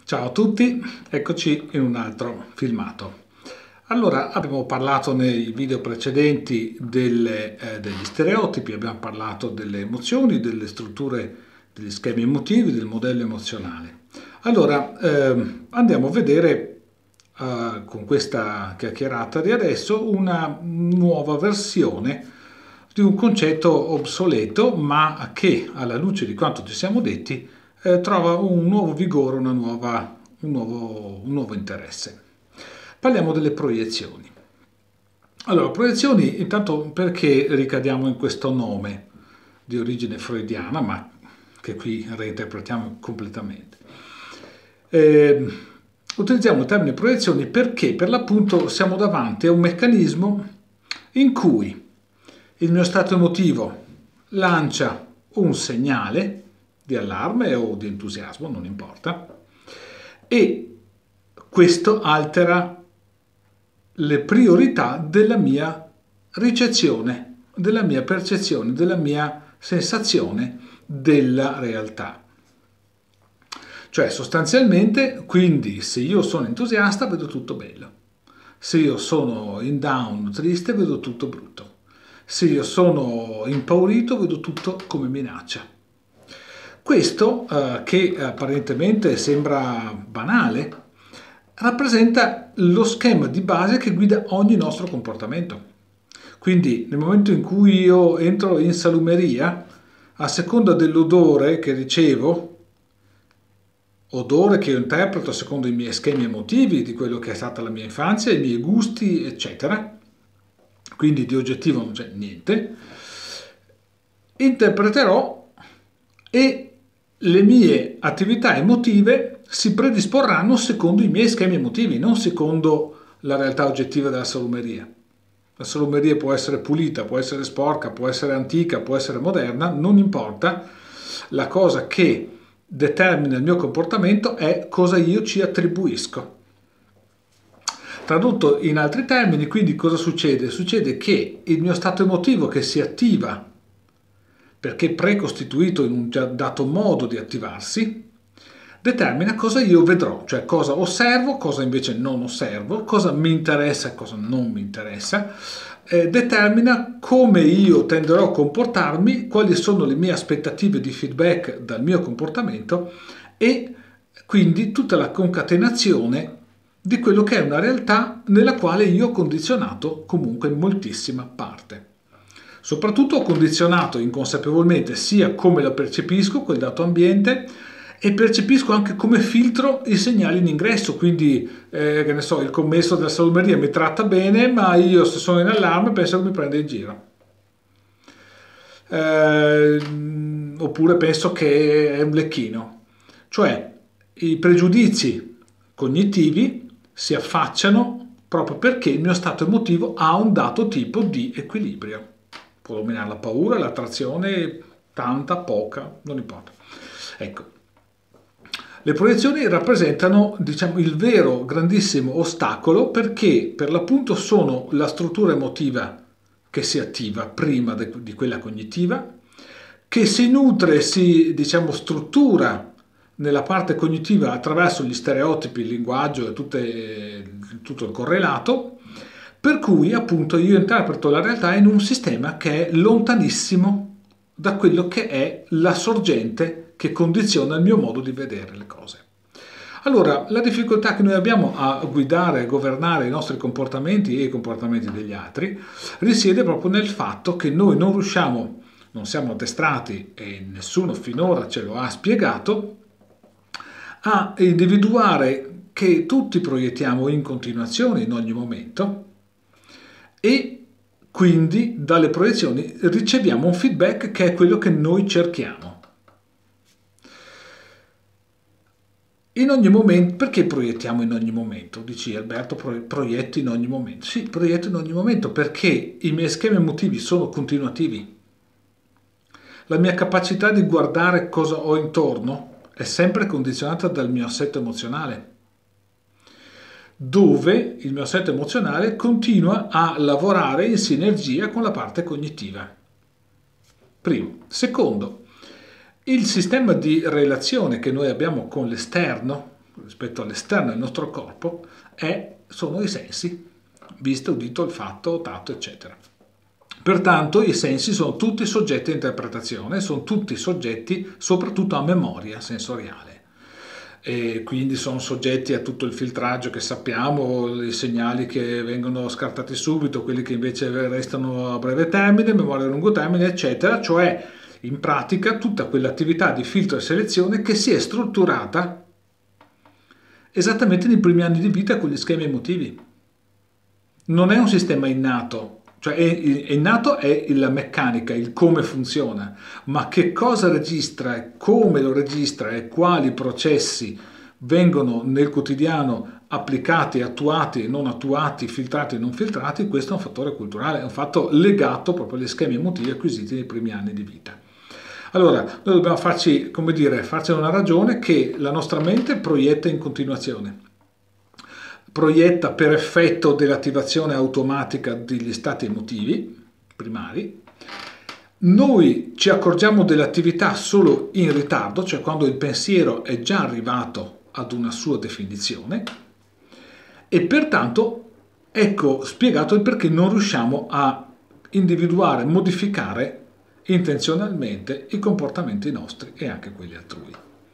Ciao a tutti, eccoci in un altro filmato. Allora, abbiamo parlato nei video precedenti degli stereotipi, abbiamo parlato delle emozioni, delle strutture, degli schemi emotivi, del modello emozionale. Allora, andiamo a vedere con questa chiacchierata di adesso una nuova versione di un concetto obsoleto, ma che alla luce di quanto ci siamo detti trova un nuovo vigore, un nuovo interesse. Parliamo delle proiezioni. Allora, proiezioni, intanto perché ricadiamo in questo nome di origine freudiana, ma che qui reinterpretiamo completamente. Utilizziamo il termine proiezioni perché per l'appunto siamo davanti a un meccanismo in cui il mio stato emotivo lancia un segnale di allarme o di entusiasmo, non importa, e questo altera le priorità della mia ricezione, della mia percezione, della mia sensazione della realtà. Cioè sostanzialmente, quindi, se io sono entusiasta vedo tutto bello, se io sono in down, triste, vedo tutto brutto, se io sono impaurito vedo tutto come minaccia. Questo, che apparentemente sembra banale, rappresenta lo schema di base che guida ogni nostro comportamento. Quindi nel momento in cui io entro in salumeria, a seconda dell'odore che ricevo, odore che io interpreto secondo i miei schemi emotivi, di quello che è stata la mia infanzia, i miei gusti, eccetera, quindi di oggettivo non c'è niente, interpreterò e le mie attività emotive si predisporranno secondo i miei schemi emotivi, non secondo la realtà oggettiva della salumeria. La salumeria può essere pulita, può essere sporca, può essere antica, può essere moderna, non importa. La cosa che determina il mio comportamento è cosa io ci attribuisco. Tradotto in altri termini, quindi cosa succede? Succede che il mio stato emotivo che si attiva perché è precostituito in un già dato modo di attivarsi, determina cosa io vedrò, cioè cosa osservo, cosa invece non osservo, cosa mi interessa e cosa non mi interessa, determina come io tenderò a comportarmi, quali sono le mie aspettative di feedback dal mio comportamento e quindi tutta la concatenazione di quello che è una realtà nella quale io ho condizionato comunque moltissima parte. Soprattutto ho condizionato inconsapevolmente sia come lo percepisco, quel dato ambiente, e percepisco anche come filtro i segnali in ingresso, quindi che ne so, il commesso della salumeria mi tratta bene, ma io se sono in allarme penso che mi prenda in giro. Oppure penso che è un lecchino. Cioè i pregiudizi cognitivi si affacciano proprio perché il mio stato emotivo ha un dato tipo di equilibrio. Può dominare la paura, l'attrazione, tanta, poca, non importa. Ecco, le proiezioni rappresentano, diciamo, il vero grandissimo ostacolo perché per l'appunto sono la struttura emotiva che si attiva prima di quella cognitiva, che si nutre, si, diciamo, struttura nella parte cognitiva attraverso gli stereotipi, il linguaggio e tutto il correlato, per cui appunto io interpreto la realtà in un sistema che è lontanissimo da quello che è la sorgente che condiziona il mio modo di vedere le cose. Allora, la difficoltà che noi abbiamo a guidare e governare i nostri comportamenti e i comportamenti degli altri risiede proprio nel fatto che noi non riusciamo, non siamo addestrati e nessuno finora ce lo ha spiegato, a individuare che tutti proiettiamo in continuazione in ogni momento e quindi dalle proiezioni riceviamo un feedback che è quello che noi cerchiamo. In ogni momento, perché proiettiamo in ogni momento? Dici Alberto, proietto in ogni momento. Sì, proietto in ogni momento perché i miei schemi emotivi sono continuativi. La mia capacità di guardare cosa ho intorno è sempre condizionata dal mio assetto emozionale, dove il mio assetto emozionale continua a lavorare in sinergia con la parte cognitiva. Primo. Secondo, il sistema di relazione che noi abbiamo con l'esterno, rispetto all'esterno del nostro corpo sono i sensi, visto, udito, olfatto, tatto, eccetera. Pertanto i sensi sono tutti soggetti a interpretazione, sono tutti soggetti soprattutto a memoria sensoriale. E quindi sono soggetti a tutto il filtraggio che sappiamo, i segnali che vengono scartati subito, quelli che invece restano a breve termine, memoria a lungo termine, eccetera, cioè in pratica tutta quell'attività di filtro e selezione che si è strutturata esattamente nei primi anni di vita con gli schemi emotivi. Non è un sistema innato, cioè è innato è la meccanica, il come funziona, ma che cosa registra e come lo registra e quali processi vengono nel quotidiano applicati, attuati, non attuati, filtrati e non filtrati, questo è un fattore culturale, è un fatto legato proprio agli schemi emotivi acquisiti nei primi anni di vita. Allora, noi dobbiamo farci, come dire, farci una ragione che la nostra mente proietta in continuazione. Proietta per effetto dell'attivazione automatica degli stati emotivi primari. Noi ci accorgiamo dell'attività solo in ritardo, cioè quando il pensiero è già arrivato ad una sua definizione, e pertanto ecco spiegato il perché non riusciamo a individuare, modificare intenzionalmente i comportamenti nostri e anche quelli altrui.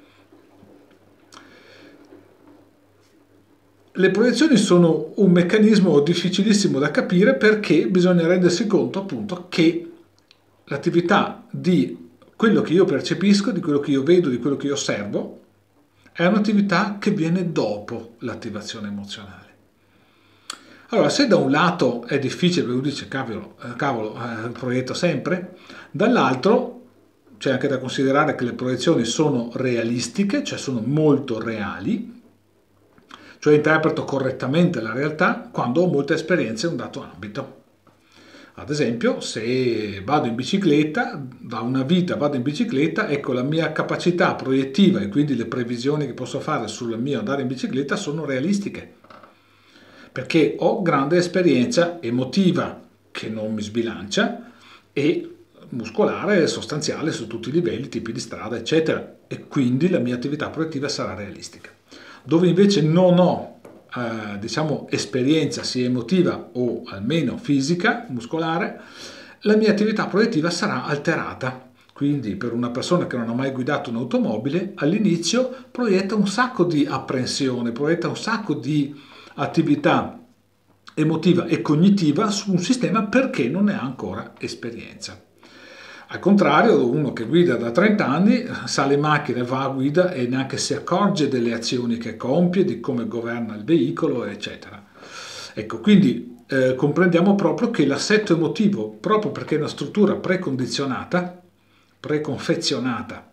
Le proiezioni sono un meccanismo difficilissimo da capire perché bisogna rendersi conto appunto che l'attività di quello che io percepisco, di quello che io vedo, di quello che io osservo, è un'attività che viene dopo l'attivazione emozionale. Allora, se da un lato è difficile, perché uno dice, cavolo, proietto sempre, dall'altro c'è anche da considerare che le proiezioni sono realistiche, cioè sono molto reali, cioè interpreto correttamente la realtà quando ho molte esperienze in un dato ambito. Ad esempio, se vado in bicicletta, da una vita vado in bicicletta, ecco la mia capacità proiettiva e quindi le previsioni che posso fare sul mio andare in bicicletta sono realistiche, perché ho grande esperienza emotiva che non mi sbilancia e muscolare sostanziale su tutti i livelli, tipi di strada, eccetera, e quindi la mia attività proiettiva sarà realistica. Dove invece non ho diciamo esperienza sia emotiva o almeno fisica, muscolare, la mia attività proiettiva sarà alterata. Quindi per una persona che non ha mai guidato un'automobile, all'inizio proietta un sacco di apprensione, proietta un sacco di attività emotiva e cognitiva su un sistema perché non ne ha ancora esperienza. Al contrario, uno che guida da 30 anni sale in macchina, va a guida e neanche si accorge delle azioni che compie, di come governa il veicolo, eccetera. Ecco, quindi comprendiamo proprio che l'assetto emotivo, proprio perché è una struttura precondizionata, preconfezionata,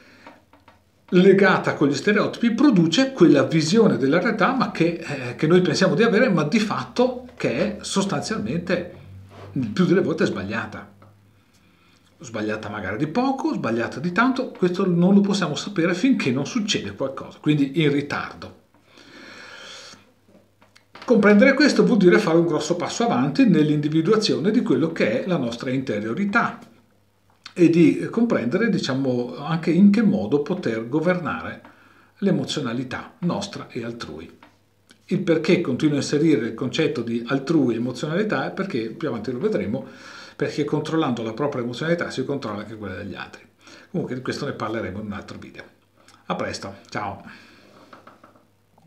legata con gli stereotipi, produce quella visione della realtà ma che noi pensiamo di avere, ma di fatto che è sostanzialmente il più delle volte sbagliata. Sbagliata magari di poco, sbagliata di tanto, questo non lo possiamo sapere finché non succede qualcosa, quindi in ritardo. Comprendere questo vuol dire fare un grosso passo avanti nell'individuazione di quello che è la nostra interiorità e di comprendere, diciamo, anche in che modo poter governare l'emozionalità nostra e altrui. Il perché continuo a inserire il concetto di altrui emozionalità è perché, più avanti lo vedremo, perché controllando la propria emozionalità si controlla anche quella degli altri. Comunque di questo ne parleremo in un altro video. A presto, ciao!